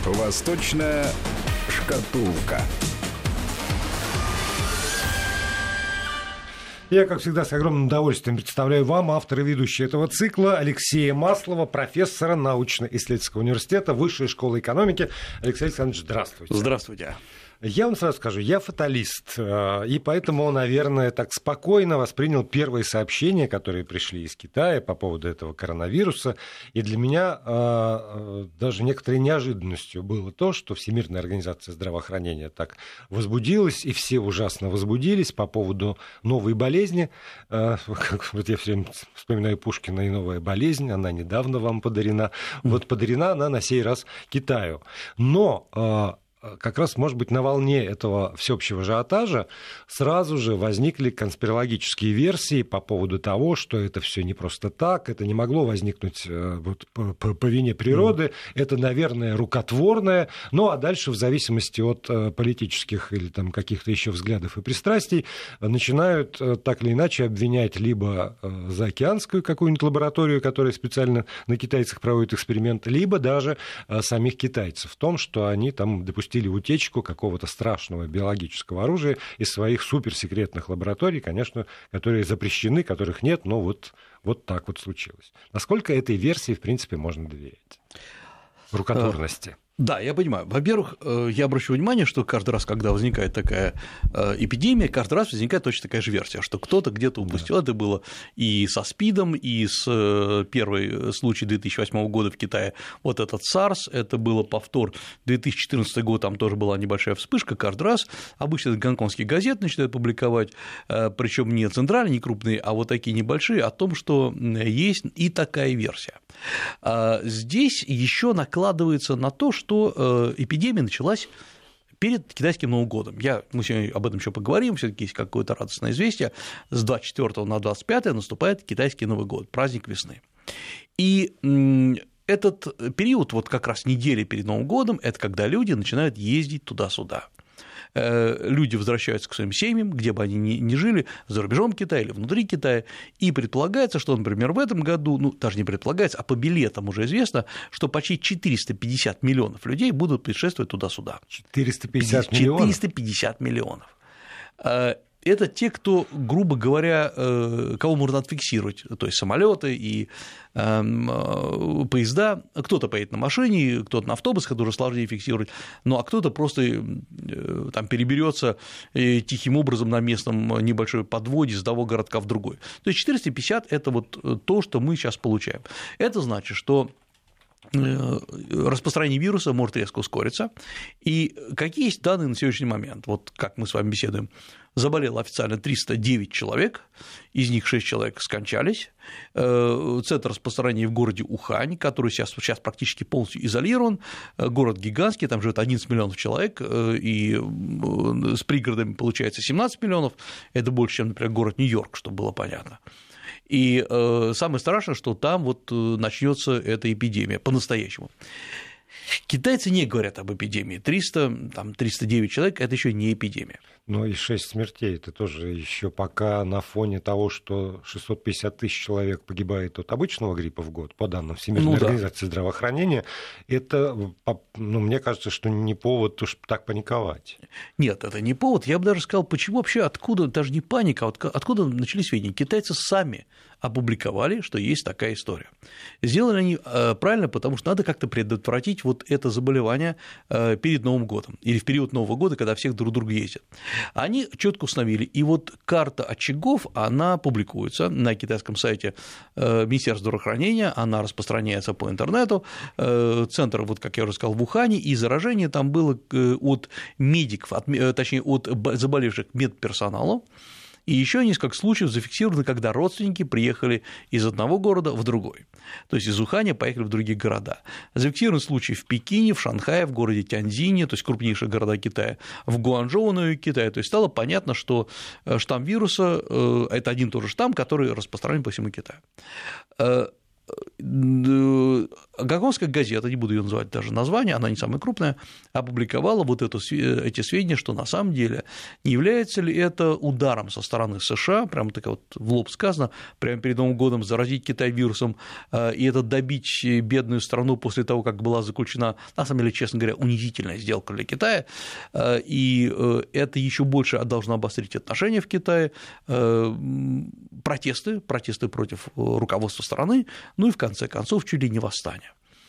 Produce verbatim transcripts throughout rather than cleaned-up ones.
Восточная шкатулка. Я, как всегда, с огромным удовольствием представляю вам автора и ведущего этого цикла Алексея Маслова, профессора научно-исследовательского университета Высшей школы экономики. Алексей Александрович, здравствуйте. Здравствуйте. Я вам сразу скажу, я фаталист, и поэтому, наверное, так спокойно воспринял первые сообщения, которые пришли из Китая по поводу этого коронавируса. И для меня даже некоторой неожиданностью было то, что Всемирная организация здравоохранения так возбудилась, и все ужасно возбудились по поводу новой болезни. Вот я все время вспоминаю Пушкина и новая болезнь, она недавно вам подарена. Вот подарена она на сей раз Китаю. Но как раз, может быть, на волне этого всеобщего ажиотажа сразу же возникли конспирологические версии по поводу того, что это все не просто так, это не могло возникнуть вот, по, по, по вине природы, mm. это, наверное, рукотворное, ну а дальше в зависимости от политических или там, каких-то еще взглядов и пристрастий начинают так или иначе обвинять либо заокеанскую какую-нибудь лабораторию, которая специально на китайцах проводит эксперимент, либо даже самих китайцев в том, что они там допустили утечку какого-то страшного биологического оружия из своих суперсекретных лабораторий, конечно, которые запрещены, которых нет, но вот, вот так вот случилось. Насколько этой версии, в принципе, можно доверять? Рукотворности. Да, я понимаю. Во-первых, я обращу внимание, что каждый раз, когда возникает такая эпидемия, каждый раз возникает точно такая же версия, что кто-то где-то упустил. Да. Это было и со СПИДом, и с первый случай две тысячи восьмого года в Китае, вот этот SARS, это было повтор две тысячи четырнадцатого года, там тоже была небольшая вспышка, каждый раз. Обычно это гонконгские газеты начинают публиковать, причем не центральные, не крупные, а вот такие небольшие, о том, что есть и такая версия. Здесь еще накладывается на то, что что эпидемия началась перед китайским Новым годом. Я, мы сегодня об этом еще поговорим, все-таки есть какое-то радостное известие. С двадцать четвёртого на двадцать пятое наступает китайский Новый год, праздник весны. И этот период, вот как раз недели перед Новым годом, это когда люди начинают ездить туда-сюда. Люди возвращаются к своим семьям, где бы они ни жили, за рубежом Китая или внутри Китая, и предполагается, что, например, в этом году, ну, даже не предполагается, а по билетам уже известно, что почти четыреста пятьдесят миллионов людей будут путешествовать туда-сюда. четыреста пятьдесят миллионов? четыреста пятьдесят миллионов. Это те, кто, грубо говоря, кого можно отфиксировать, то есть самолеты и поезда. Кто-то поедет на машине, кто-то на автобусах, это уже сложнее фиксировать, ну а кто-то просто там переберется тихим образом на местном небольшой подводе с одного городка в другой. То есть четыреста пятьдесят – это вот то, что мы сейчас получаем. Это значит, что распространение вируса может резко ускориться. И какие есть данные на сегодняшний момент? Вот как мы с вами беседуем, заболело официально триста девять человек, из них шесть человек скончались. Центр распространения в городе Ухань, который сейчас, сейчас практически полностью изолирован, город гигантский, там живет одиннадцать миллионов человек, и с пригородами получается семнадцать миллионов, это больше, чем, например, город Нью-Йорк, чтобы было понятно. И э, самое страшное, что там вот начнется эта эпидемия по-настоящему. Китайцы не говорят об эпидемии. триста, там, триста девять человек – это еще не эпидемия. Ну и шесть смертей – это тоже еще пока на фоне того, что шестьсот пятьдесят тысяч человек погибает от обычного гриппа в год, по данным Всемирной ну, организации да. здравоохранения, это, ну, мне кажется, что не повод уж так паниковать. Нет, это не повод. Я бы даже сказал, почему вообще, откуда, даже не паника, а откуда начались сведения. Китайцы сами опубликовали, что есть такая история. Сделали они правильно, потому что надо как-то предотвратить вот это заболевание перед Новым годом или в период Нового года, когда всех друг друга ездят. Они четко установили, и вот карта очагов, она публикуется на китайском сайте Министерства здравоохранения, она распространяется по интернету, центр, вот как я уже сказал, в Ухане, и заражение там было от медиков, от, точнее, от заболевших медперсонала. И еще несколько случаев зафиксировано, когда родственники приехали из одного города в другой. То есть из Уханя поехали в другие города. Зафиксированы случаи в Пекине, в Шанхае, в городе Тяньцзине, то есть крупнейшие города Китая, в Гуанчжоу на юге Китая. То есть стало понятно, что штамм вируса – это один и тот же штамм, который распространен по всему Китаю. Гонконгская газета, не буду ее называть даже название, она не самая крупная, опубликовала вот это, эти сведения, что на самом деле не является ли это ударом со стороны США, прямо так вот в лоб сказано, прямо перед Новым годом заразить Китай вирусом и это добить бедную страну после того, как была заключена, на самом деле, честно говоря, унизительная сделка для Китая, и это еще больше должно обострить отношения в Китае, протесты, протесты против руководства страны, ну и в конце концов чуть ли не восстание.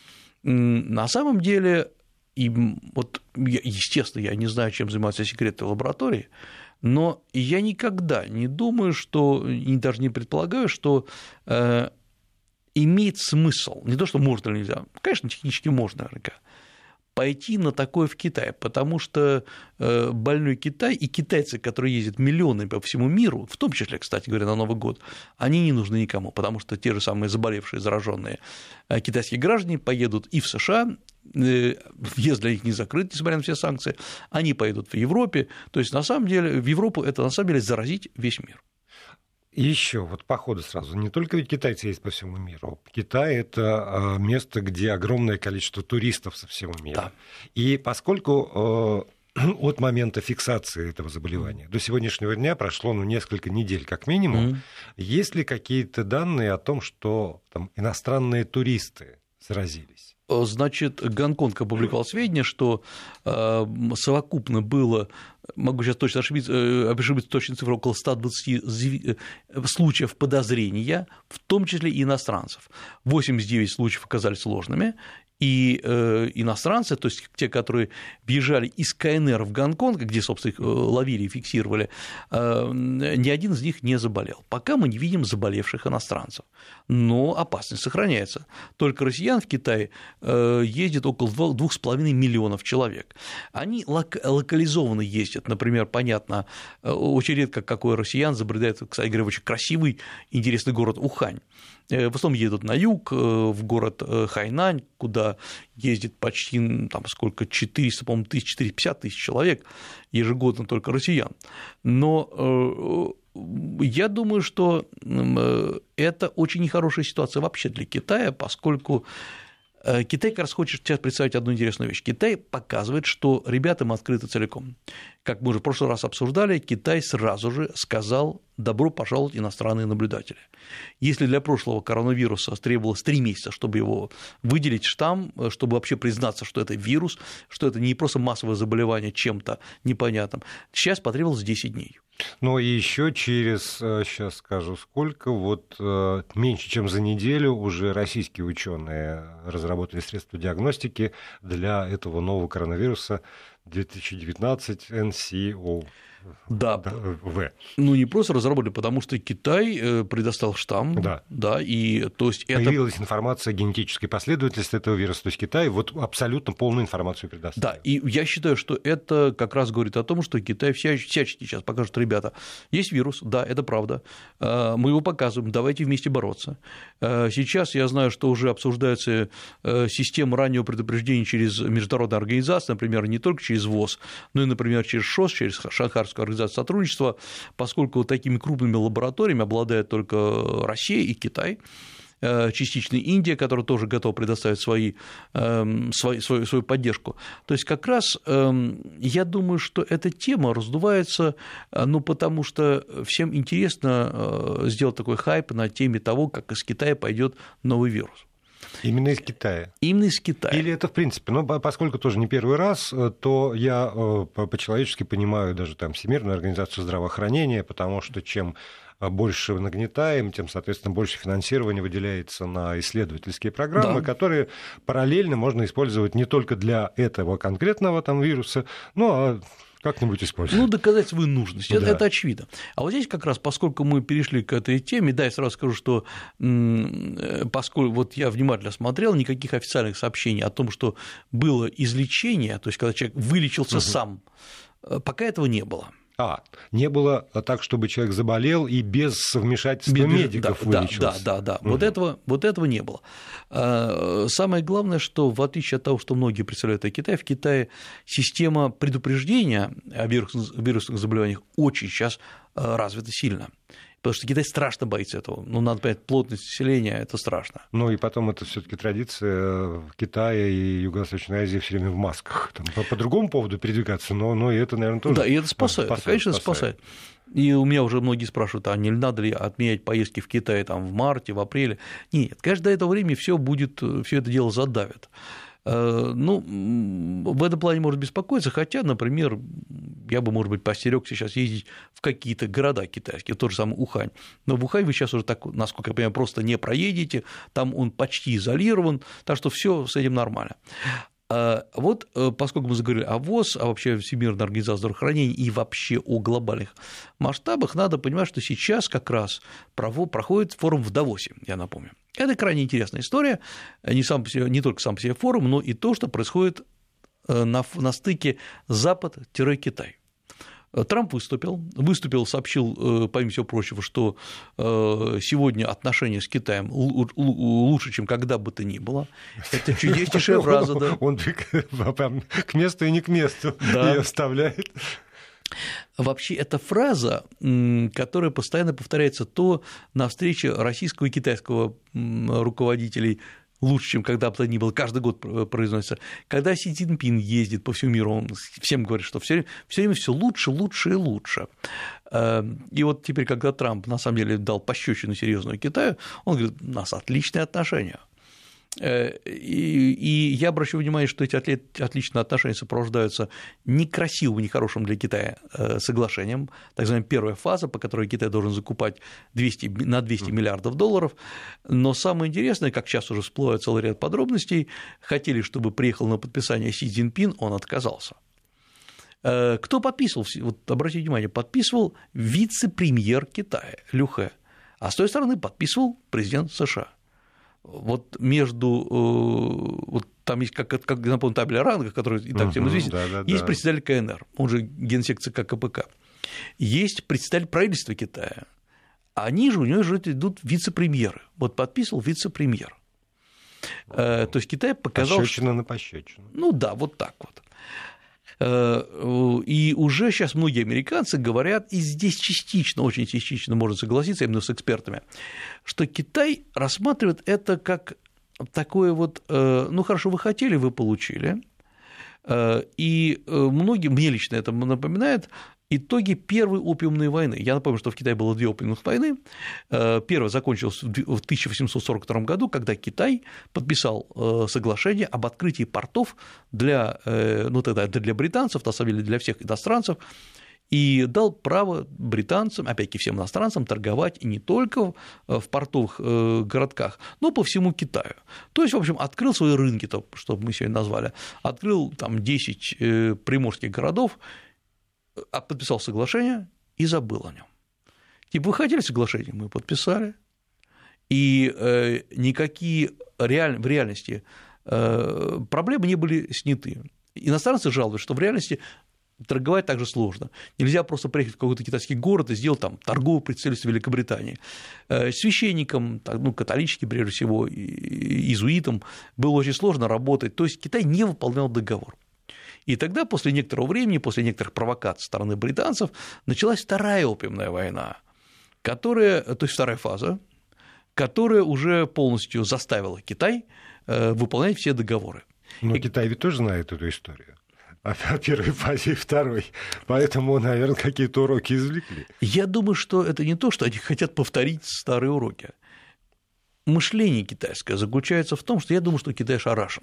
На самом деле, и вот, естественно, я не знаю, чем занимаются секретные лаборатории, но я никогда не думаю, что, и даже не предполагаю, что э, имеет смысл, не то, что можно или нельзя, конечно, технически можно наверняка, пойти на такое в Китае, потому что больной Китай и китайцы, которые ездят миллионами по всему миру, в том числе, кстати говоря, на Новый год, они не нужны никому, потому что те же самые заболевшие, зараженные китайские граждане поедут и в США, въезд для них не закрыт, несмотря на все санкции, они поедут в Европе, то есть на самом деле в Европу это на самом деле заразить весь мир. И еще вот по ходу сразу, не только ведь китайцы есть по всему миру. Китай – это место, где огромное количество туристов со всего мира. Да. И поскольку от момента фиксации этого заболевания mm. до сегодняшнего дня прошло ну, несколько недель как минимум, mm. есть ли какие-то данные о том, что там, иностранные туристы заразились? Значит, Гонконг опубликовал сведения, что совокупно было, могу сейчас точно ошибиться, ошибиться точно цифру, около ста двадцати случаев подозрения, в том числе и иностранцев. восемьдесят девять случаев оказались ложными, и э, иностранцы, то есть те, которые въезжали из КНР в Гонконг, где, собственно, их ловили и фиксировали, э, ни один из них не заболел. Пока мы не видим заболевших иностранцев, но опасность сохраняется. Только россиян в Китае э, ездит около двух с половиной миллионов человек. Они лок- локализованно ездят, например, понятно, очень редко какой россиян забредает, кстати говоря, в очень красивый, интересный город Ухань. В основном едут на юг, в город Хайнань, куда ездит почти там, сколько, четыреста, по-моему, тысяч, четыреста пятьдесят тысяч человек ежегодно только россиян. Но я думаю, что это очень нехорошая ситуация вообще для Китая, поскольку Китай как раз хочет сейчас представить одну интересную вещь. Китай показывает, что ребятам открыто целиком. Как мы уже в прошлый раз обсуждали, Китай сразу же сказал: добро пожаловать иностранные наблюдатели. Если для прошлого коронавируса требовалось три месяца, чтобы его выделить штамм, чтобы вообще признаться, что это вирус, что это не просто массовое заболевание чем-то непонятным, сейчас потребовалось десять дней. Ну и еще через, сейчас скажу, сколько, вот меньше чем за неделю уже российские ученые разработали средства диагностики для этого нового коронавируса две тысячи девятнадцать эн си о. Да. В. Ну, не просто разработали, потому что Китай предоставил штамм. Да. Да, и, то есть появилась это... информация о генетической последовательности этого вируса. То есть Китай вот абсолютно полную информацию предоставил. Да, и я считаю, что это как раз говорит о том, что Китай всячески сейчас покажет: ребята, есть вирус, да, это правда, мы его показываем, давайте вместе бороться. Сейчас я знаю, что уже обсуждается система раннего предупреждения через международные организации, например, не только через ВОЗ, но и, например, через ШОС, через Шанхайскую организацию сотрудничества, поскольку такими крупными лабораториями обладает только Россия и Китай, частично Индия, которая тоже готова предоставить свои, свои, свою, свою поддержку. То есть как раз я думаю, что эта тема раздувается, ну, потому что всем интересно сделать такой хайп на теме того, как из Китая пойдет новый вирус. Именно из Китая? Именно из Китая. Или это в принципе, ну, поскольку тоже не первый раз, то я по-человечески понимаю даже там Всемирную организацию здравоохранения, потому что чем больше нагнетаем, тем, соответственно, больше финансирования выделяется на исследовательские программы, да, которые параллельно можно использовать не только для этого конкретного там вируса, но а как-нибудь использовать. Ну, доказать свою нужность, да. это, это очевидно. А вот здесь как раз, поскольку мы перешли к этой теме, да, я сразу скажу, что поскольку вот я внимательно смотрел, никаких официальных сообщений о том, что было излечение, то есть когда человек вылечился угу. сам, пока этого не было. А, не было так, чтобы человек заболел и без вмешательства без, медиков да, вылечился. Да, да, да, угу. вот, этого, вот этого не было. Самое главное, что в отличие от того, что многие представляют о Китае, в Китае система предупреждения о вирусных заболеваниях очень сейчас развита сильно. Потому что Китай страшно боится этого. Ну, надо понять, плотность населения – это страшно. Ну, и потом это все таки традиция Китая и Юго-Восточной Азии все время в масках. Там, по, по другому поводу передвигаться, но, но и это, наверное, тоже… Да, и это спасает, спасает конечно, спасает. спасает. И у меня уже многие спрашивают, а не надо ли отменять поездки в Китай там, в марте, в апреле? Нет, конечно, до этого времени все будет, все это дело задавит. Ну, в этом плане может беспокоиться, хотя, например, я бы, может быть, поостерёгся сейчас ездить в какие-то города китайские, тот же самый Ухань. Но в Ухань вы сейчас уже, так, насколько я понимаю, просто не проедете, там он почти изолирован, так что все с этим нормально. Вот, поскольку мы заговорили о ВОЗ, а вообще Всемирной организации здравоохранения и вообще о глобальных масштабах, надо понимать, что сейчас как раз проходит форум в Давосе, я напомню. Это крайне интересная история, не, сам по себе, не только сам по себе форум, но и то, что происходит на, на стыке Запад-Китай. Трамп выступил, выступил, сообщил, помимо всего прочего, что сегодня отношения с Китаем лучше, чем когда бы то ни было. Это чудеснейшая фраза, да. Он к месту и не к месту ее вставляет. Вообще, эта фраза, которая постоянно повторяется то на встрече российского и китайского руководителей, лучше, чем когда бы то ни было, каждый год произносится. Когда Си Цзиньпин ездит по всему миру, он всем говорит, что все время все лучше, лучше и лучше. И вот теперь, когда Трамп на самом деле дал пощечину серьезную Китаю, он говорит, у нас отличные отношения. И я обращаю внимание, что эти отличные отношения сопровождаются некрасивым, нехорошим для Китая соглашением, так называемая первая фаза, по которой Китай должен закупать двести, на двести миллиардов долларов. Но самое интересное, как сейчас уже всплывает целый ряд подробностей, хотели, чтобы приехал на подписание Си Цзиньпин, он отказался. Кто подписывал? Вот обратите внимание, подписывал вице-премьер Китая Лю Хэ, а с той стороны подписывал президент США. Вот между, вот там есть, как, как напомню, табель о рангах, который и так всем известен, да, да, есть да. представитель Ка Эн Эр, он же генсек ЦК Ка Пэ Ка, есть представитель правительства Китая, а ниже у него же идут вице-премьеры, вот подписывал вице-премьер. О, то есть Китай показал… Пощечина на пощечину. Ну да, вот так вот. И уже сейчас многие американцы говорят, и здесь частично, очень частично можно согласиться именно с экспертами, что Китай рассматривает это как такое вот, ну хорошо, вы хотели, вы получили, и многим, мне лично это напоминает итоги Первой опиумной войны. Я напомню, что в Китае было две опиумных войны. Первая закончилась в тысяча восемьсот сорок втором году, когда Китай подписал соглашение об открытии портов для, ну, тогда для британцев, на самом деле для всех иностранцев, и дал право британцам, опять-таки всем иностранцам, торговать и не только в портовых городках, но по всему Китаю. То есть, в общем, открыл свои рынки, что мы сегодня назвали, открыл там десять приморских городов, подписал соглашение и забыл о нем. Типа, вы хотели соглашение? Мы подписали. И э, никакие реаль... в реальности э, проблемы не были сняты. Иностранцы жалуются, что в реальности торговать так же сложно. Нельзя просто приехать в какой-то китайский город и сделать там торговое представительство Великобритании. Э, священникам, ну, католическим, прежде всего, иезуитам было очень сложно работать. То есть Китай не выполнял договор. И тогда, после некоторого времени, после некоторых провокаций со стороны британцев, началась вторая опиумная война, которая, то есть вторая фаза, которая уже полностью заставила Китай выполнять все договоры. Но и... Китай ведь тоже знает эту историю о первой фазе и второй, поэтому, наверное, какие-то уроки извлекли. Я думаю, что это не то, что они хотят повторить старые уроки. Мышление китайское заключается в том, что я думаю, что Китай ошарашен.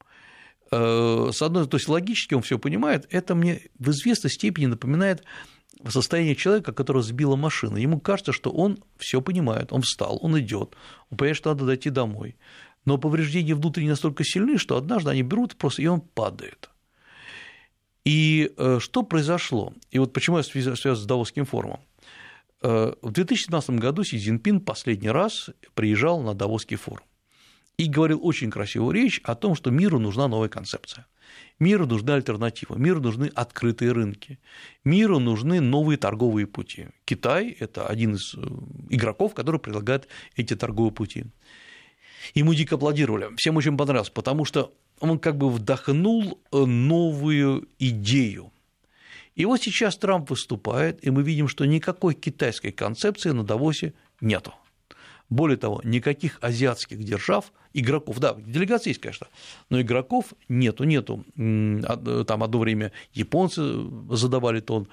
С одной, то есть логически он все понимает, это мне в известной степени напоминает состояние человека, которого сбила машина. Ему кажется, что он все понимает, он встал, он идет, он понимает, что надо дойти домой. Но повреждения внутренне настолько сильны, что однажды они берут просто, и он падает. И что произошло? И вот почему я связан с Давосским форумом. В две тысячи семнадцатом году Си Цзиньпин последний раз приезжал на Давосский форум и говорил очень красивую речь о том, что миру нужна новая концепция, миру нужна альтернатива, миру нужны открытые рынки, миру нужны новые торговые пути. Китай – это один из игроков, который предлагает эти торговые пути. Ему дико аплодировали, всем очень понравилось, потому что он как бы вдохнул новую идею. И вот сейчас Трамп выступает, и мы видим, что никакой китайской концепции на Давосе нету. Более того, никаких азиатских держав, игроков, да, делегации есть, конечно, но игроков нету, нету. Там одно время японцы задавали тон,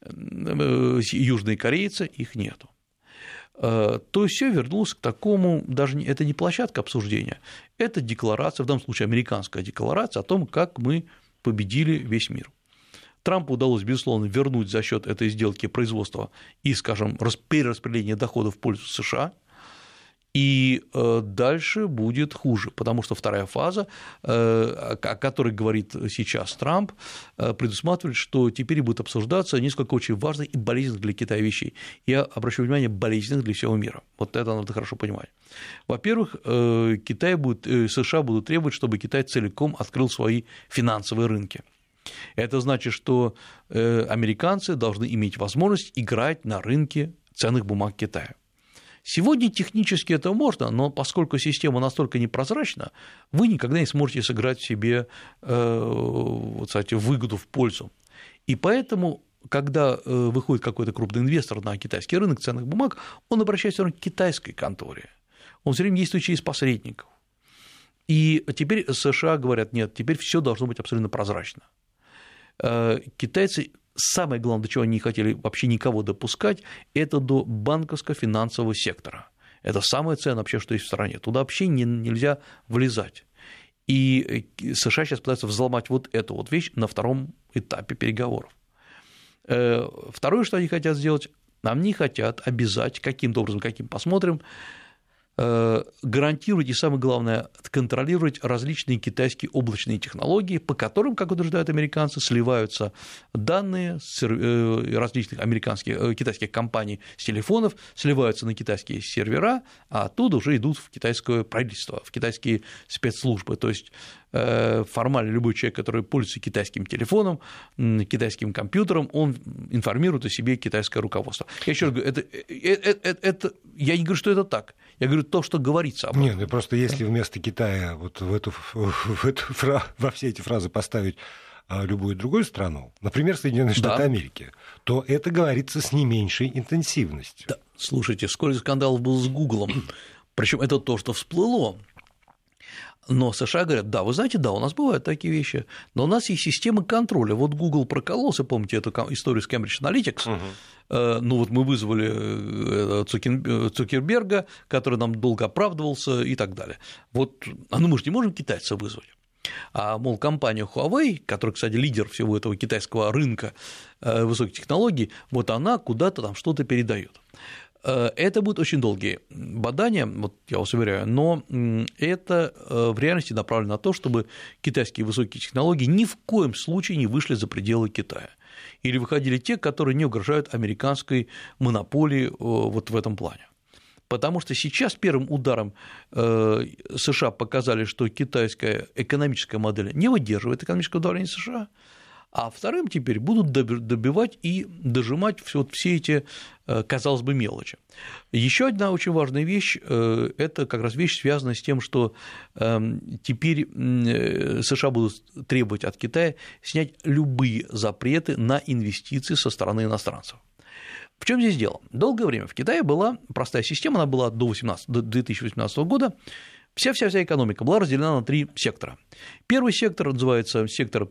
южные корейцы, их нету. То есть все вернулось к такому, даже это не площадка обсуждения, это декларация, в данном случае американская декларация о том, как мы победили весь мир. Трампу удалось, безусловно, вернуть за счет этой сделки производства и, скажем, перераспределение доходов в пользу США, и дальше будет хуже, потому что вторая фаза, о которой говорит сейчас Трамп, предусматривает, что теперь будет обсуждаться несколько очень важных и болезненных для Китая вещей. Я обращаю внимание, болезненных для всего мира. Вот это надо хорошо понимать. Во-первых, Китай будет, США будут требовать, чтобы Китай целиком открыл свои финансовые рынки. Это значит, что американцы должны иметь возможность играть на рынке ценных бумаг Китая. Сегодня технически это можно, но поскольку система настолько непрозрачна, вы никогда не сможете сыграть себе, вот, кстати, выгоду в пользу. И поэтому, когда выходит какой-то крупный инвестор на китайский рынок ценных бумаг, он обращается к китайской конторе, он все время действует через посредников. И теперь США говорят, нет, теперь все должно быть абсолютно прозрачно. Китайцы, самое главное, до чего они не хотели вообще никого допускать, это до банковско-финансового сектора. Это самое ценное вообще, что есть в стране. Туда вообще не, нельзя влезать. И США сейчас пытаются взломать вот эту вот вещь на втором этапе переговоров. Второе, что они хотят сделать, нам не хотят обязать каким-то образом, каким посмотрим, гарантировать и, самое главное, контролировать различные китайские облачные технологии, по которым, как утверждают американцы, сливаются данные с различных американских, китайских компаний с телефонов, сливаются на китайские сервера, а оттуда уже идут в китайское правительство, в китайские спецслужбы. То есть формально любой человек, который пользуется китайским телефоном, китайским компьютером, он информирует о себе китайское руководство. Я еще раз говорю, это, это, это, это, я не говорю, что это так, я говорю то, что говорится об этом. Нет, ну просто если вместо Китая вот в эту, в эту, во все эти фразы поставить любую другую страну, например, Соединенные Штаты да. Америки, то это говорится с не меньшей интенсивностью. Да. Слушайте, сколько скандалов было с Гуглом, причем это то, что всплыло. Но США говорят, да, вы знаете, да, у нас бывают такие вещи, но у нас есть система контроля. Вот Google прокололся, помните эту историю с Cambridge Analytics, угу. Ну вот мы вызвали Цукерберга, который нам долго оправдывался и так далее. Вот, а ну мы же не можем китайца вызвать. А, мол, компания Huawei, которая, кстати, лидер всего этого китайского рынка высоких технологий, вот она куда-то там что-то передает. Это будут очень долгие бадания, вот я вас уверяю, но это в реальности направлено на то, чтобы китайские высокие технологии ни в коем случае не вышли за пределы Китая или выходили те, которые не угрожают американской монополии вот в этом плане. Потому что сейчас первым ударом США показали, что китайская экономическая модель не выдерживает экономического давления США, а вторым теперь будут добивать и дожимать вот все эти, казалось бы, мелочи. Еще одна очень важная вещь – это как раз вещь, связанная с тем, что теперь США будут требовать от Китая снять любые запреты на инвестиции со стороны иностранцев. В чем здесь дело? Долгое время в Китае была простая система, она была до две тысячи восемнадцатого года. Вся-вся-вся экономика была разделена на три сектора. Первый сектор называется сектор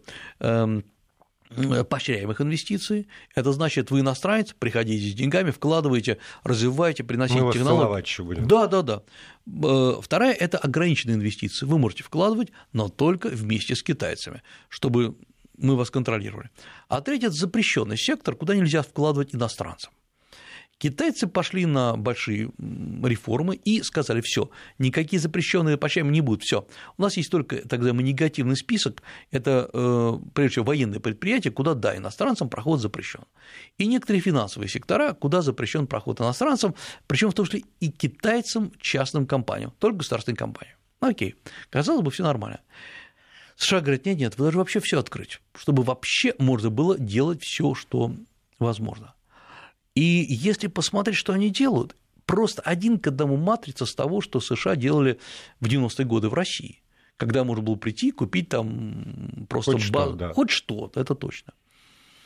поощряемых инвестиций. Это значит, вы иностранец, приходите с деньгами, вкладываете, развиваете, приносите Мы технологии. Вас еще будем. Да, да, да. Вторая – это ограниченные инвестиции. Вы можете вкладывать, но только вместе с китайцами, чтобы мы вас контролировали. А третий – это запрещенный сектор, куда нельзя вкладывать иностранцам. Китайцы пошли на большие реформы и сказали: все, никакие запрещенные поощрения не будут, все. У нас есть только так называемый негативный список, это прежде всего военные предприятия, куда, да, иностранцам проход запрещен. И некоторые финансовые сектора, куда запрещен проход иностранцам, причем в том числе и китайцам, частным компаниям, только государственным компаниям. Ну, окей, казалось бы, все нормально. США говорят: нет, нет, вы должны вообще все открыть, чтобы вообще можно было делать все, что возможно. И если посмотреть, что они делают, просто один к одному матрица с того, что США делали в девяностые годы в России, когда можно было прийти и купить там просто хоть, баз... что, да. хоть что-то, это точно.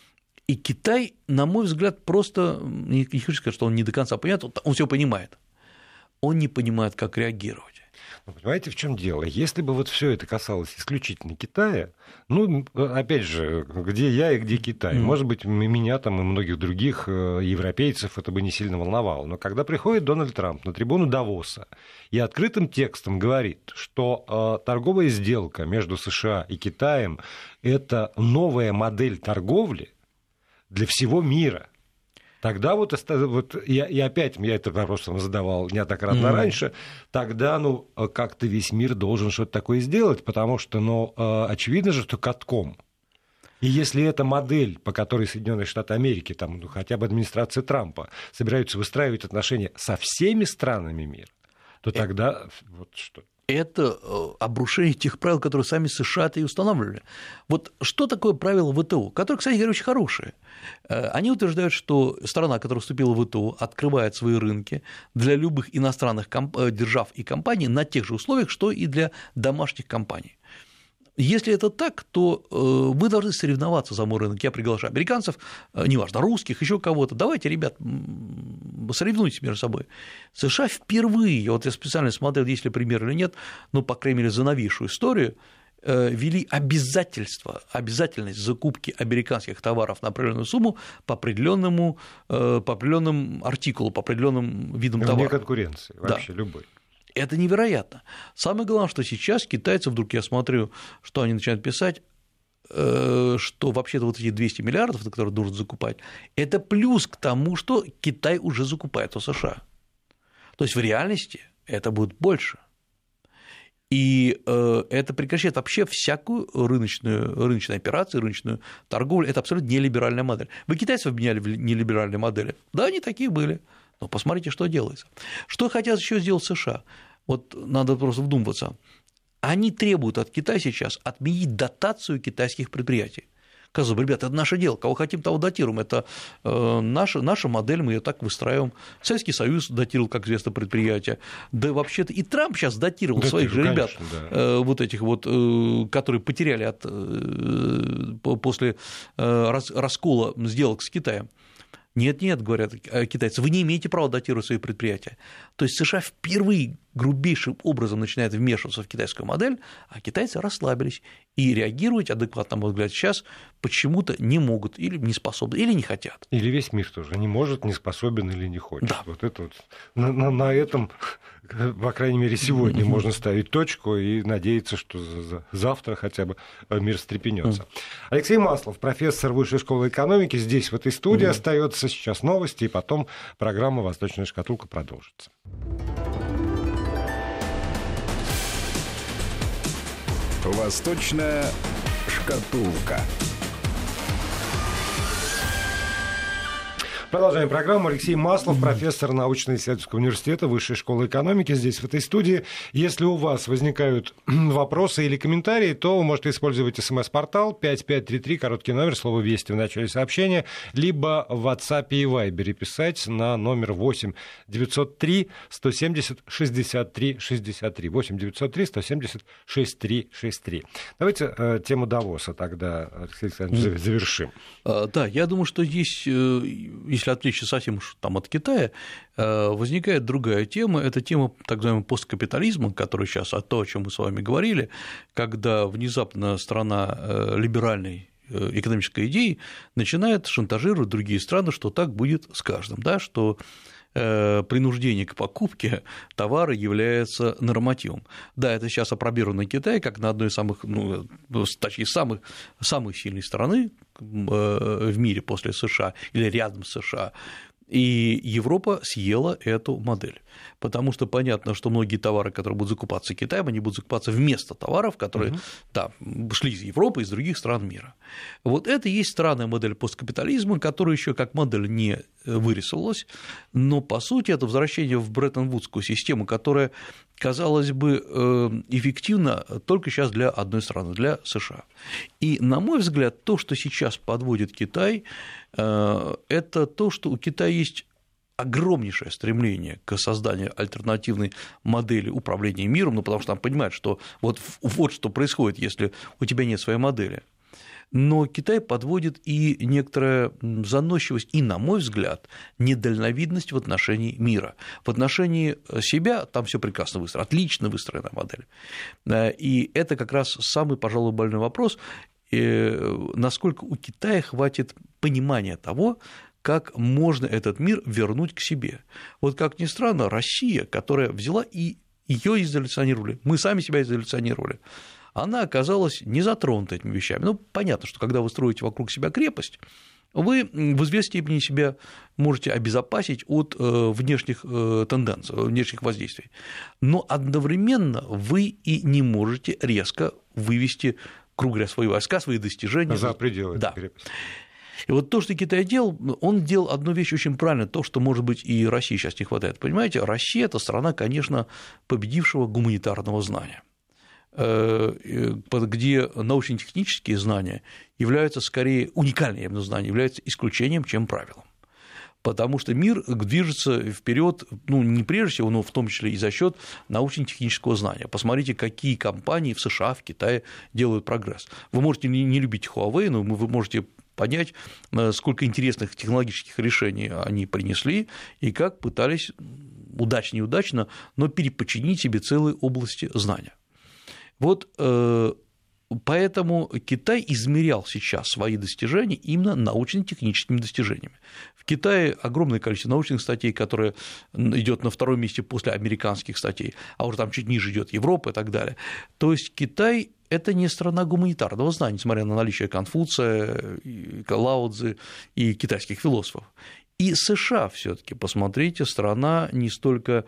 И Китай, на мой взгляд, просто, не хочу сказать, что он не до конца понимает, он все понимает, он не понимает, как реагировать. Ну, понимаете, в чем дело? Если бы вот все это касалось исключительно Китая, ну, опять же, где я и где Китай, mm. может быть, меня там и многих других европейцев это бы не сильно волновало. Но когда приходит Дональд Трамп на трибуну Давоса и открытым текстом говорит, что э, торговая сделка между США и Китаем – это новая модель торговли для всего мира, тогда вот, вот я, и опять я этот вопрос задавал неоднократно mm-hmm. раньше, тогда, ну, как-то весь мир должен что-то такое сделать, потому что, ну, очевидно же, что катком. И если эта модель, по которой Соединенные Штаты Америки, там, ну, хотя бы администрация Трампа, собираются выстраивать отношения со всеми странами мира, то тогда вот что? Это обрушение тех правил, которые сами США-то и устанавливали. Вот что такое правило ВТО, которое, кстати говоря, очень хорошее. Они утверждают, что страна, которая вступила в ВТО, открывает свои рынки для любых иностранных держав и компаний на тех же условиях, что и для домашних компаний. Если это так, то вы должны соревноваться за мой рынок. Я приглашаю американцев, неважно, русских, еще кого-то. Давайте, ребят, соревнуйтесь между собой. США впервые, вот я специально смотрел, есть ли пример или нет, ну, по крайней мере, за новейшую историю, ввели обязательство, обязательность закупки американских товаров на определенную сумму по определенному, по определенному артикулу, по определенным видам товаров. Вне конкуренции, вообще да. любой. Это невероятно. Самое главное, что сейчас китайцы, вдруг я смотрю, что они начинают писать, что вообще-то вот эти двести миллиардов, которые нужно закупать, это плюс к тому, что Китай уже закупает у США. То есть в реальности это будет больше. И это прекращает вообще всякую рыночную, рыночную операцию, рыночную торговлю. Это абсолютно нелиберальная модель. Вы китайцев обменяли в нелиберальные модели? Да, они такие были. Но посмотрите, что делается. Что хотят еще сделать США? Вот надо просто вдумываться. Они требуют от Китая сейчас отменить дотацию китайских предприятий. Казалось бы, ребята, это наше дело, кого хотим, того датируем, это э, наша, наша модель, мы ее так выстраиваем. Советский Союз датировал, как известно, предприятия, да вообще-то и Трамп сейчас датировал да, своих же конечно, ребят, да. э, вот этих вот, э, которые потеряли от, э, после э, раскола сделок с Китаем. Нет-нет, говорят китайцы, вы не имеете права датировать свои предприятия. То есть США впервые грубейшим образом начинают вмешиваться в китайскую модель, а китайцы расслабились и реагировать адекватно, на мой взгляд, сейчас почему-то не могут или не способны, или не хотят. Или весь мир тоже не может, не способен или не хочет. Да. Вот это вот на, на, на этом, по крайней мере, сегодня можно ставить точку и надеяться, что завтра хотя бы мир встрепенется. Алексей Маслов, профессор Высшей школы экономики, здесь в этой студии остается. Сейчас новости, и потом программа «Восточная шкатулка» продолжится. «Восточная шкатулка». Продолжаем программу. Алексей Маслов, профессор научно-исследовательского университета Высшей школы экономики, здесь, в этой студии. Если у вас возникают вопросы или комментарии, то вы можете использовать смс-портал пять пять три три, короткий номер, слово «Вести» в начале сообщения, либо в WhatsApp и Viber писать на номер восемь девятьсот три сто семьдесят шестьдесят три шестьдесят три. восемь девятьсот три сто семьдесят шестьдесят три шестьдесят три. Давайте э, тему Давоса тогда, Алексей Александрович, завершим. Да, я думаю, что здесь... Если отвлечься совсем уж там от Китая, возникает другая тема, это тема так называемого посткапитализма, который сейчас, а то, о чем мы с вами говорили, когда внезапно страна либеральной экономической идеи начинает шантажировать другие страны, что так будет с каждым, да, что принуждение к покупке товара является нормативом. Да, это сейчас апробировано Китай как на одной из самых, ну, точнее, самых, самой сильной страны в мире после США или рядом с США. И Европа съела эту модель, потому что понятно, что многие товары, которые будут закупаться Китаем, они будут закупаться вместо товаров, которые угу. да, шли из Европы, из других стран мира. Вот это и есть странная модель посткапитализма, которая еще как модель не вырисовалась, но по сути это возвращение в Бреттон-Вудскую систему, которая, казалось бы, эффективна только сейчас для одной страны, для США. И, на мой взгляд, то, что сейчас подводит Китай, это то, что у Китая есть огромнейшее стремление к созданию альтернативной модели управления миром, ну, потому что он понимает, что вот, вот что происходит, если у тебя нет своей модели. Но Китай подводит и некоторая заносчивость, и, на мой взгляд, недальновидность в отношении мира. В отношении себя там все прекрасно выстроено, отлично выстроена модель. И это как раз самый, пожалуй, больной вопрос, насколько у Китая хватит понимания того, как можно этот мир вернуть к себе. Вот как ни странно, Россия, которая взяла и ее изоляционировали, мы сами себя изоляционировали, она оказалась не затронута этими вещами. Ну, понятно, что когда вы строите вокруг себя крепость, вы в известной степени себя можете обезопасить от внешних тенденций, внешних воздействий, но одновременно вы и не можете резко вывести, грубо говоря, свои войска, свои достижения за пределы да. этой крепости. И вот то, что Китай делал, он делал одну вещь очень правильно, то, что, может быть, и России сейчас не хватает. Понимаете, Россия – это страна, конечно, победившего гуманитарного знания, где научно-технические знания являются скорее, уникальные именно знания, являются исключением, чем правилом. Потому что мир движется вперед, ну, не прежде всего, но в том числе и за счет научно-технического знания. Посмотрите, какие компании в США, в Китае делают прогресс. Вы можете не любить Huawei, но вы можете понять, сколько интересных технологических решений они принесли и как пытались удачно-неудачно, но переподчинить себе целые области знания. Вот поэтому Китай измерял сейчас свои достижения именно научно-техническими достижениями. В Китае огромное количество научных статей, которые идет на втором месте после американских статей, а уже там чуть ниже идет Европа и так далее. То есть Китай – это не страна гуманитарного знания, несмотря на наличие Конфуция, Лао Цзы и китайских философов. И США все-таки, посмотрите, страна не столько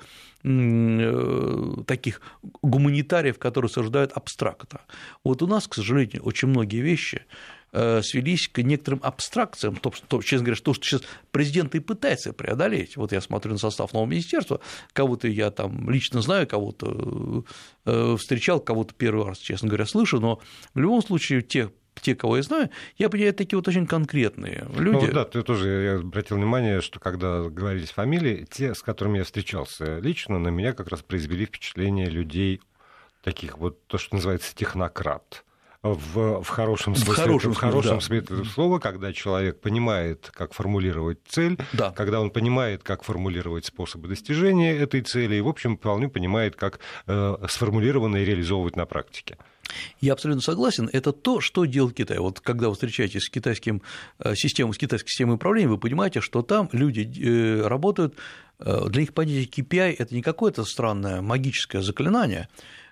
таких гуманитариев, которые суждают абстрактно. Вот у нас, к сожалению, очень многие вещи свелись к некоторым абстракциям, то, что, честно говоря, то, что сейчас президент и пытается преодолеть. Вот я смотрю на состав нового министерства, кого-то я там лично знаю, кого-то встречал, кого-то первый раз, честно говоря, слышу, но в любом случае те, те, кого я знаю, я понимаю, такие вот очень конкретные люди. Ну, да, ты тоже, я обратил внимание, что когда говорились фамилии, те, с которыми я встречался лично, на меня как раз произвели впечатление людей таких вот, то, что называется технократ. В, в хорошем смысле, в хорошем, в хорошем да. смысле слова, когда человек понимает, как формулировать цель, да. когда он понимает, как формулировать способы достижения этой цели, и, в общем, вполне понимает, как э, сформулированно и реализовывать на практике. Я абсолютно согласен. Это то, что делает Китай. Вот когда вы встречаетесь с китайским системой, с китайской системой управления, вы понимаете, что там люди работают, для них понятие кей пи ай – это не какое-то странное магическое заклинание.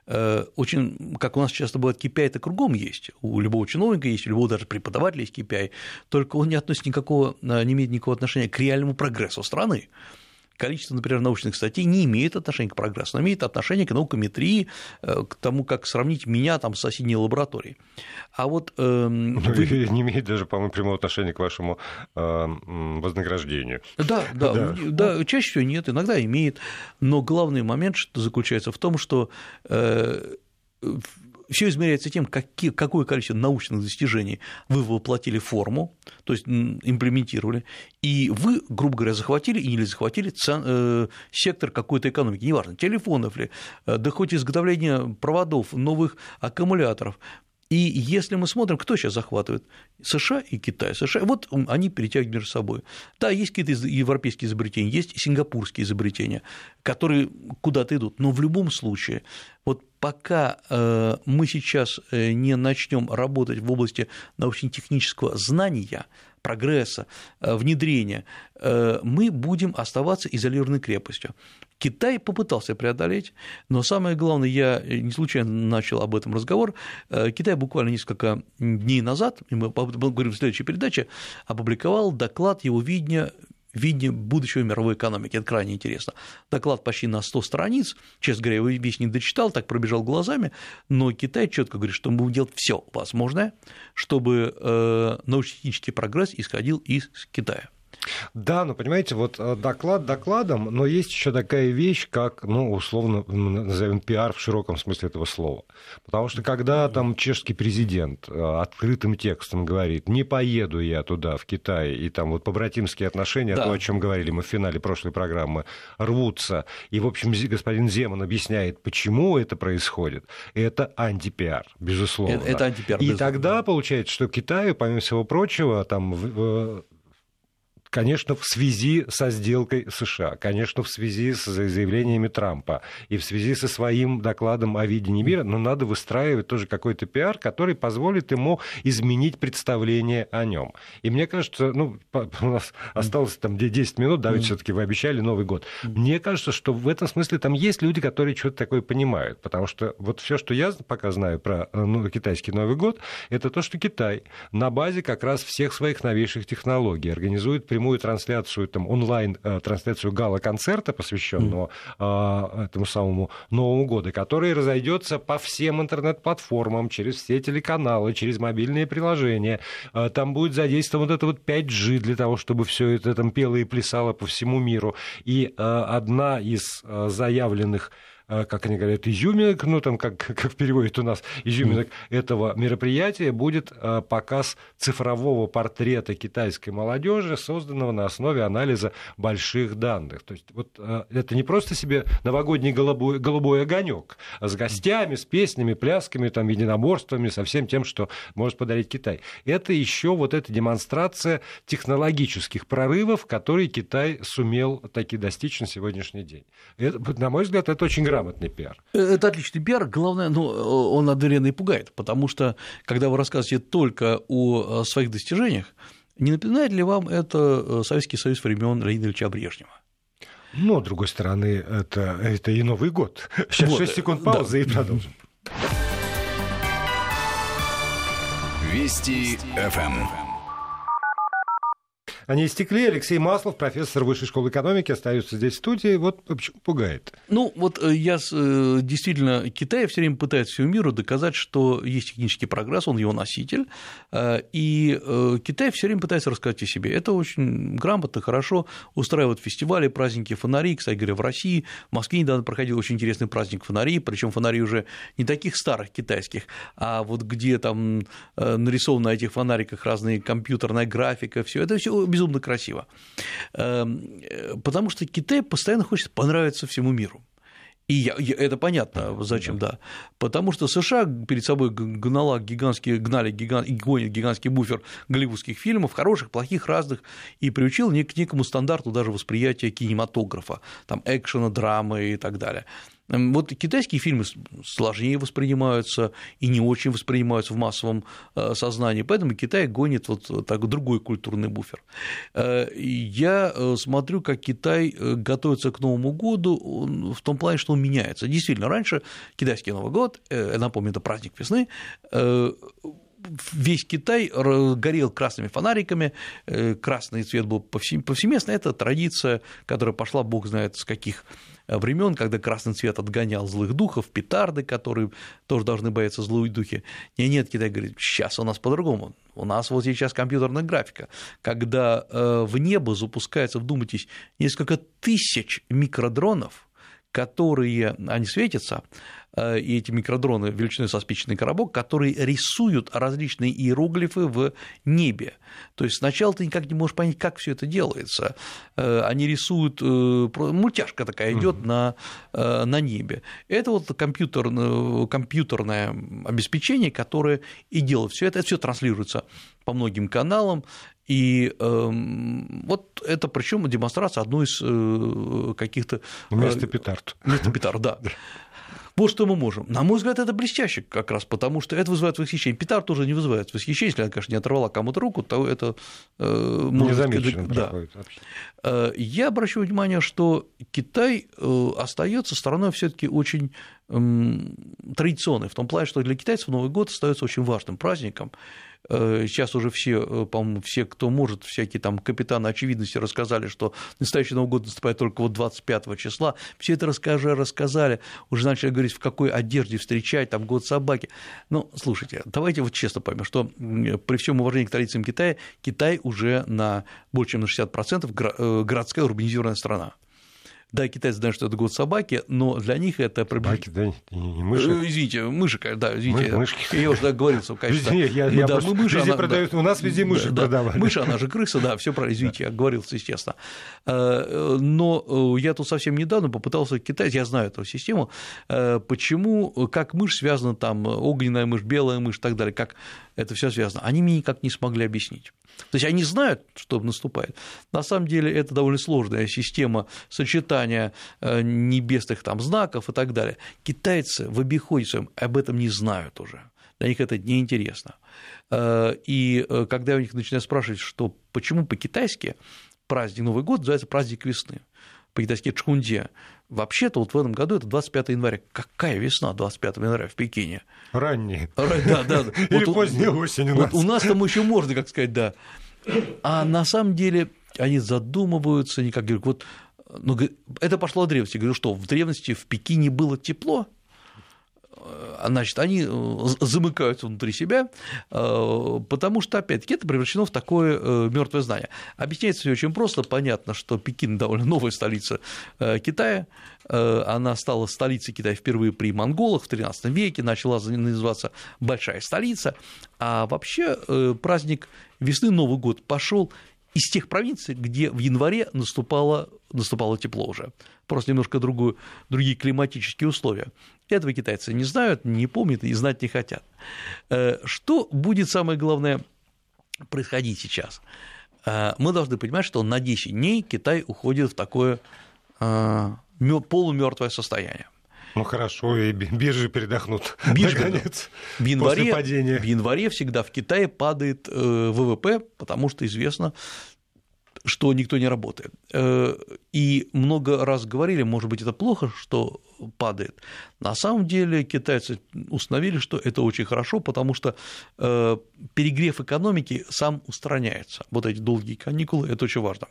Очень, как у нас часто бывает, кей пи ай-то кругом есть, у любого чиновника есть, у любого даже преподавателя есть кей пи ай, только он не относится никакого, не имеет никакого отношения к реальному прогрессу страны. Количество, например, научных статей не имеет отношения к прогрессу, но имеет отношение к наукометрии, к тому, как сравнить меня там с соседней лабораторией. А вот… Э, вы... Не имеет даже, по-моему, прямого отношения к вашему э, вознаграждению. Да, да, да. да, чаще всего нет, иногда имеет, но главный момент заключается в том, что… Э, все измеряется тем, какие, какое количество научных достижений вы воплотили в форму, то есть имплементировали, и вы, грубо говоря, захватили или захватили сектор какой-то экономики, неважно, телефонов ли, да хоть изготовление проводов, новых аккумуляторов. И если мы смотрим, кто сейчас захватывает? США и Китай. США, вот они перетягивают между собой. Да, есть какие-то европейские изобретения, есть сингапурские изобретения, которые куда-то идут, но в любом случае, вот пока мы сейчас не начнем работать в области научно-технического знания, прогресса, внедрения, мы будем оставаться изолированной крепостью. Китай попытался преодолеть, но самое главное, я не случайно начал об этом разговор, Китай буквально несколько дней назад, и мы говорим в следующей передаче, опубликовал доклад его видения видение будущего мировой экономики. Это крайне интересно. Доклад почти на сто страниц, честно говоря, я его весь не дочитал, так пробежал глазами, но Китай четко говорит, что мы будем делать все возможное, чтобы научно-технический прогресс исходил из Китая. Да, но понимаете, вот доклад докладом, но есть еще такая вещь, как, ну, условно, назовем пиар в широком смысле этого слова. Потому что когда там чешский президент открытым текстом говорит, не поеду я туда, в Китай, и там вот побратимские отношения, да. то, о чем говорили мы в финале прошлой программы, рвутся, и, в общем, господин Земан объясняет, почему это происходит, это антипиар, безусловно. Это, это антипиар, и безусловно. Тогда получается, что Китаю, помимо всего прочего, там... Конечно, в связи со сделкой США, конечно, в связи с заявлениями Трампа и в связи со своим докладом о видении мира, но надо выстраивать тоже какой-то пиар, который позволит ему изменить представление о нем. И мне кажется, ну, у нас осталось там десять минут, да, ведь все-таки вы обещали Новый год. Мне кажется, что в этом смысле там есть люди, которые что-то такое понимают, потому что вот все, что я пока знаю про ну, китайский Новый год, это то, что Китай на базе как раз всех своих новейших технологий организует прямую трансляцию, там, онлайн-трансляцию гала-концерта, посвященного mm. этому самому Новому году, который разойдется по всем интернет-платформам, через все телеканалы, через мобильные приложения. Там будет задействован вот это вот пять джи для того, чтобы все это там пело и плясало по всему миру. И одна из заявленных, как они говорят, изюминок, ну, там, как, как в переводе у нас, изюминок mm. этого мероприятия будет показ цифрового портрета китайской молодежи, созданного на основе анализа больших данных. То есть вот это не просто себе новогодний голубой, голубой огонек, а с гостями, с песнями, плясками, там, единоборствами, со всем тем, что может подарить Китай. Это еще вот эта демонстрация технологических прорывов, которые Китай сумел таки достичь на сегодняшний день. Это, на мой взгляд, это очень грамотно. Грамотный пиар. Это отличный пиар. Главное, ну, он одновременно и пугает, потому что, когда вы рассказываете только о своих достижениях, не напоминает ли вам это Советский Союз времен Леонида Ильича Брежнева? Ну, с другой стороны, это, это и Новый год. Сейчас вот, шесть секунд паузы, да. И продолжим. Вести эф эм. Они истекли. Алексей Маслов, профессор Высшей школы экономики, остается здесь в студии. Вот почему пугает? Ну, вот я действительно, Китай все время пытается всему миру доказать, что есть технический прогресс, он его носитель, и Китай все время пытается рассказать о себе. Это очень грамотно, хорошо, устраивают фестивали, праздники фонарей. Кстати говоря, в России, в Москве недавно проходил очень интересный праздник фонарей, причем фонари уже не таких старых китайских, а вот где там нарисованы на этих фонариках разные компьютерная графика, все это все безумно красиво, потому что Китай постоянно хочет понравиться всему миру. И я, я, это понятно, зачем, да. Потому что США перед собой гнала гигантские, гнали гигант, и гонит гигантский буфер голливудских фильмов, хороших, плохих, разных, и приучил к некому стандарту даже восприятия кинематографа, там, экшена, драмы и так далее. Вот китайские фильмы сложнее воспринимаются и не очень воспринимаются в массовом сознании, поэтому Китай гонит вот так другой культурный буфер. Я смотрю, как Китай готовится к Новому году в том плане, что он меняется. Действительно, раньше китайский Новый год, я напомню, это праздник весны, весь Китай горел красными фонариками, красный цвет был повсеместно, это традиция, которая пошла бог знает с каких времен, когда красный цвет отгонял злых духов, петарды, которые тоже должны бояться злые духи. Нет, нет, Китай говорит, сейчас у нас по-другому. У нас вот сейчас компьютерная графика, когда в небо запускается, вдумайтесь, несколько тысяч микродронов, которые, они светятся, и эти микродроны величиной со спичечный коробок, которые рисуют различные иероглифы в небе. То есть сначала ты никак не можешь понять, как все это делается. Они рисуют, мультяшка такая идет uh-huh. на, на небе. Это вот компьютер, компьютерное обеспечение, которое и делает все это. Это все транслируется по многим каналам. И э, вот это причем демонстрация одной из э, каких-то… Вместо петард. Вместо петард, да. Вот что мы можем. На мой взгляд, это блестяще как раз, потому что это вызывает восхищение. Петард тоже не вызывает восхищение, если она, конечно, не оторвала кому-то руку, то это… Э, незамеченно да. проходит вообще. Я обращаю внимание, что Китай остается страной все-таки очень традиционной, в том плане, что для китайцев Новый год остается очень важным праздником. Сейчас уже все, по-моему, все, кто может, всякие там капитаны очевидности рассказали, что настоящий Новый год наступает только вот двадцать пятого числа. Все это расскажи, рассказали, уже начали говорить, в какой одежде встречать, там, год собаки. Ну, слушайте, давайте вот честно поймем, что при всем уважении к традициям Китая, Китай уже на больше чем на шестьдесят процентов городская урбанизированная страна. Да, китайцы знают, что это год собаки, но для них это... Собаки, да, не мыши. Извините, мыши, да, извините. Мы, мышки. Я уже договорился, конечно. Везде, я, я да, мы мыши, везде она, продают, да, у нас везде мыши да, продавали. Да, мыши, она же крыса, да, все правильно, извините, я оговорился, естественно. Но я тут совсем недавно попытался китайцы, я знаю эту систему, почему, как мышь связана там, огненная мышь, белая мышь и так далее, как это все связано, они мне никак не смогли объяснить. То есть они знают, что наступает. На самом деле это довольно сложная система сочетания небесных там знаков и так далее. Китайцы в обиходе своем об этом не знают уже. Для них это неинтересно. И когда я у них начинаю спрашивать, что почему по-китайски праздник Новый год называется праздник весны, по-китайски Чхунде. Вообще-то вот в этом году это двадцать пятого января. Какая весна двадцать пятого января в Пекине? Ранняя. Да, да. Или вот, поздняя осень у нас. Вот у нас там еще можно, как сказать, да. А на самом деле они задумываются, никак говорят, вот, ну, это пошло от древности. Говорю, что в древности в Пекине было тепло, значит, они замыкаются внутри себя, потому что, опять-таки, это превращено в такое мертвое знание. Объясняется все очень просто, понятно, что Пекин довольно новая столица Китая, она стала столицей Китая впервые при монголах в тринадцатом веке, начала называться Большая столица, а вообще праздник весны, Новый год пошел из тех провинций, где в январе наступало, наступало тепло уже, просто немножко другую, другие климатические условия. Этого китайцы не знают, не помнят и знать не хотят. Что будет самое главное происходить сейчас? Мы должны понимать, что на десять дней Китай уходит в такое полумертвое состояние. Ну хорошо, и биржи передохнут. Биржи, наконец, в январе, после падения. В январе всегда в Китае падает ВВП, потому что известно, что никто не работает. И много раз говорили, может быть, это плохо, что падает. На самом деле китайцы установили, что это очень хорошо, потому что перегрев экономики сам устраняется. Вот эти долгие каникулы – это очень важно.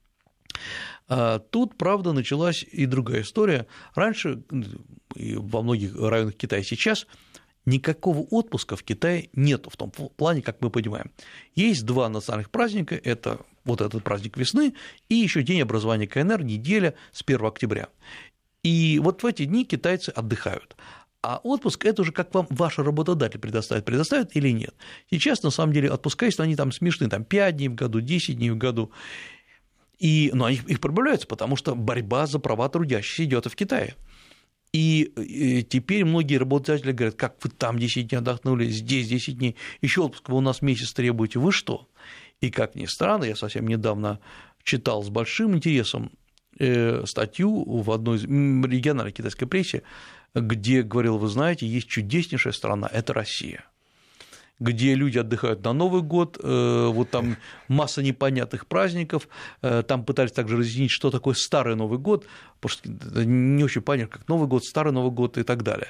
Тут, правда, началась и другая история. Раньше, и во многих районах Китая сейчас, никакого отпуска в Китае нету в том плане, как мы понимаем. Есть два национальных праздника, это вот этот праздник весны и еще День образования КНР, неделя с первого октября. И вот в эти дни китайцы отдыхают. А отпуск – это уже как вам ваш работодатель предоставит, предоставит или нет. Сейчас, на самом деле, отпуска есть, но они там смешны, там пять дней в году, десять дней в году. И, ну, их, их прибавляются, потому что борьба за права трудящихся идет и в Китае. И, и теперь многие работодатели говорят, как вы там десять дней отдохнули, здесь десять дней, еще отпуск вы у нас месяц требуете, вы что? И, как ни странно, я совсем недавно читал с большим интересом статью в одной из региональной китайской прессе, где говорил, вы знаете, есть чудеснейшая страна – это Россия, где люди отдыхают на Новый год, вот там масса непонятных праздников, там пытались также разъяснить, что такое Старый Новый год, потому что не очень понятно, как Новый год, Старый Новый год и так далее.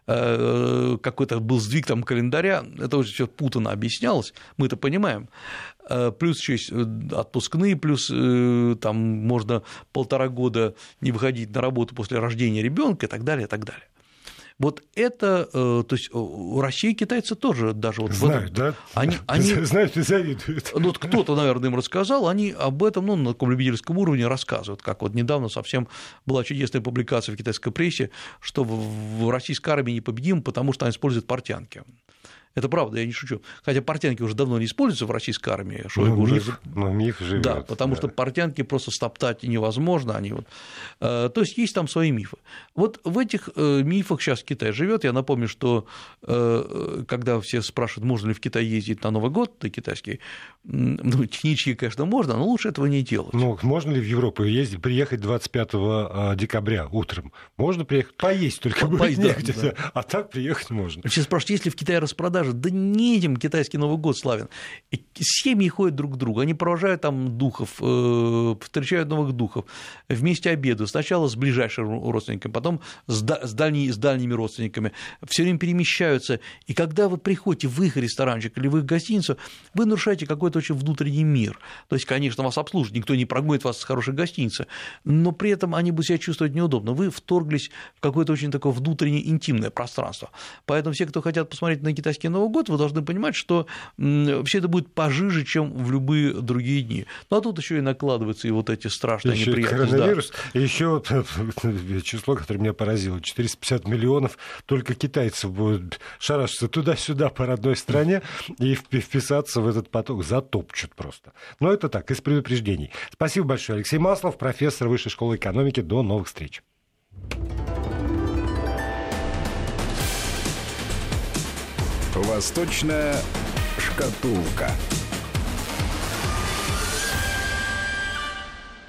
Какой-то был сдвиг там календаря, это уже всё путано объяснялось, мы это понимаем. Плюс еще есть отпускные, плюс там можно полтора года не выходить на работу после рождения ребенка и так далее, и так далее. Вот это, то есть у России китайцы тоже даже вот знают, в этом, да? Они, они, знают и завидуют. Вот кто-то, наверное, им рассказал, они об этом, ну, на таком любительском уровне рассказывают, как вот недавно совсем была чудесная публикация в китайской прессе, что в российской армии непобедимы, потому что они используют портянки. Это правда, я не шучу. Хотя портянки уже давно не используются в российской армии. Ну, уже... миф, ну, миф живет. Да, потому да. что портянки просто стоптать невозможно. Они вот... То есть есть там свои мифы. Вот в этих мифах сейчас Китай живет. Я напомню, что когда все спрашивают, можно ли в Китай ездить на Новый год, на китайский, ну, технически, конечно, можно, но лучше этого не делать. Ну, можно ли в Европу ездить, приехать двадцать пятого декабря утром? Можно приехать, поесть только По- будет поесть, негде, да, да. а так приехать можно. Все спрашивают, если в Китае распродажа скажут, да не этим китайский Новый год славен. Семьи ходят друг к другу, они провожают там духов, встречают новых духов, вместе обедают. Сначала с ближайшими родственниками, потом с, дальней, с дальними родственниками. Все время перемещаются. И когда вы приходите в их ресторанчик или в их гостиницу, вы нарушаете какой-то очень внутренний мир. То есть, конечно, вас обслужат, никто не прогонит вас с хорошей гостиницы, но при этом они будут себя чувствовать неудобно. Вы вторглись в какое-то очень такое внутреннее интимное пространство. Поэтому все, кто хотят посмотреть на китайский Новый год, вы должны понимать, что все это будет пожиже, чем в любые другие дни. Ну а тут еще и накладываются и вот эти страшные еще неприятности. Коронавирус, да. И еще число, которое меня поразило, четыреста пятьдесят миллионов только китайцев будут шарашиться туда-сюда по родной стране и вписаться в этот поток, затопчут просто. Но это так, из предупреждений. Спасибо большое. Алексей Маслов, профессор Высшей школы экономики. До новых встреч. Восточная шкатулка.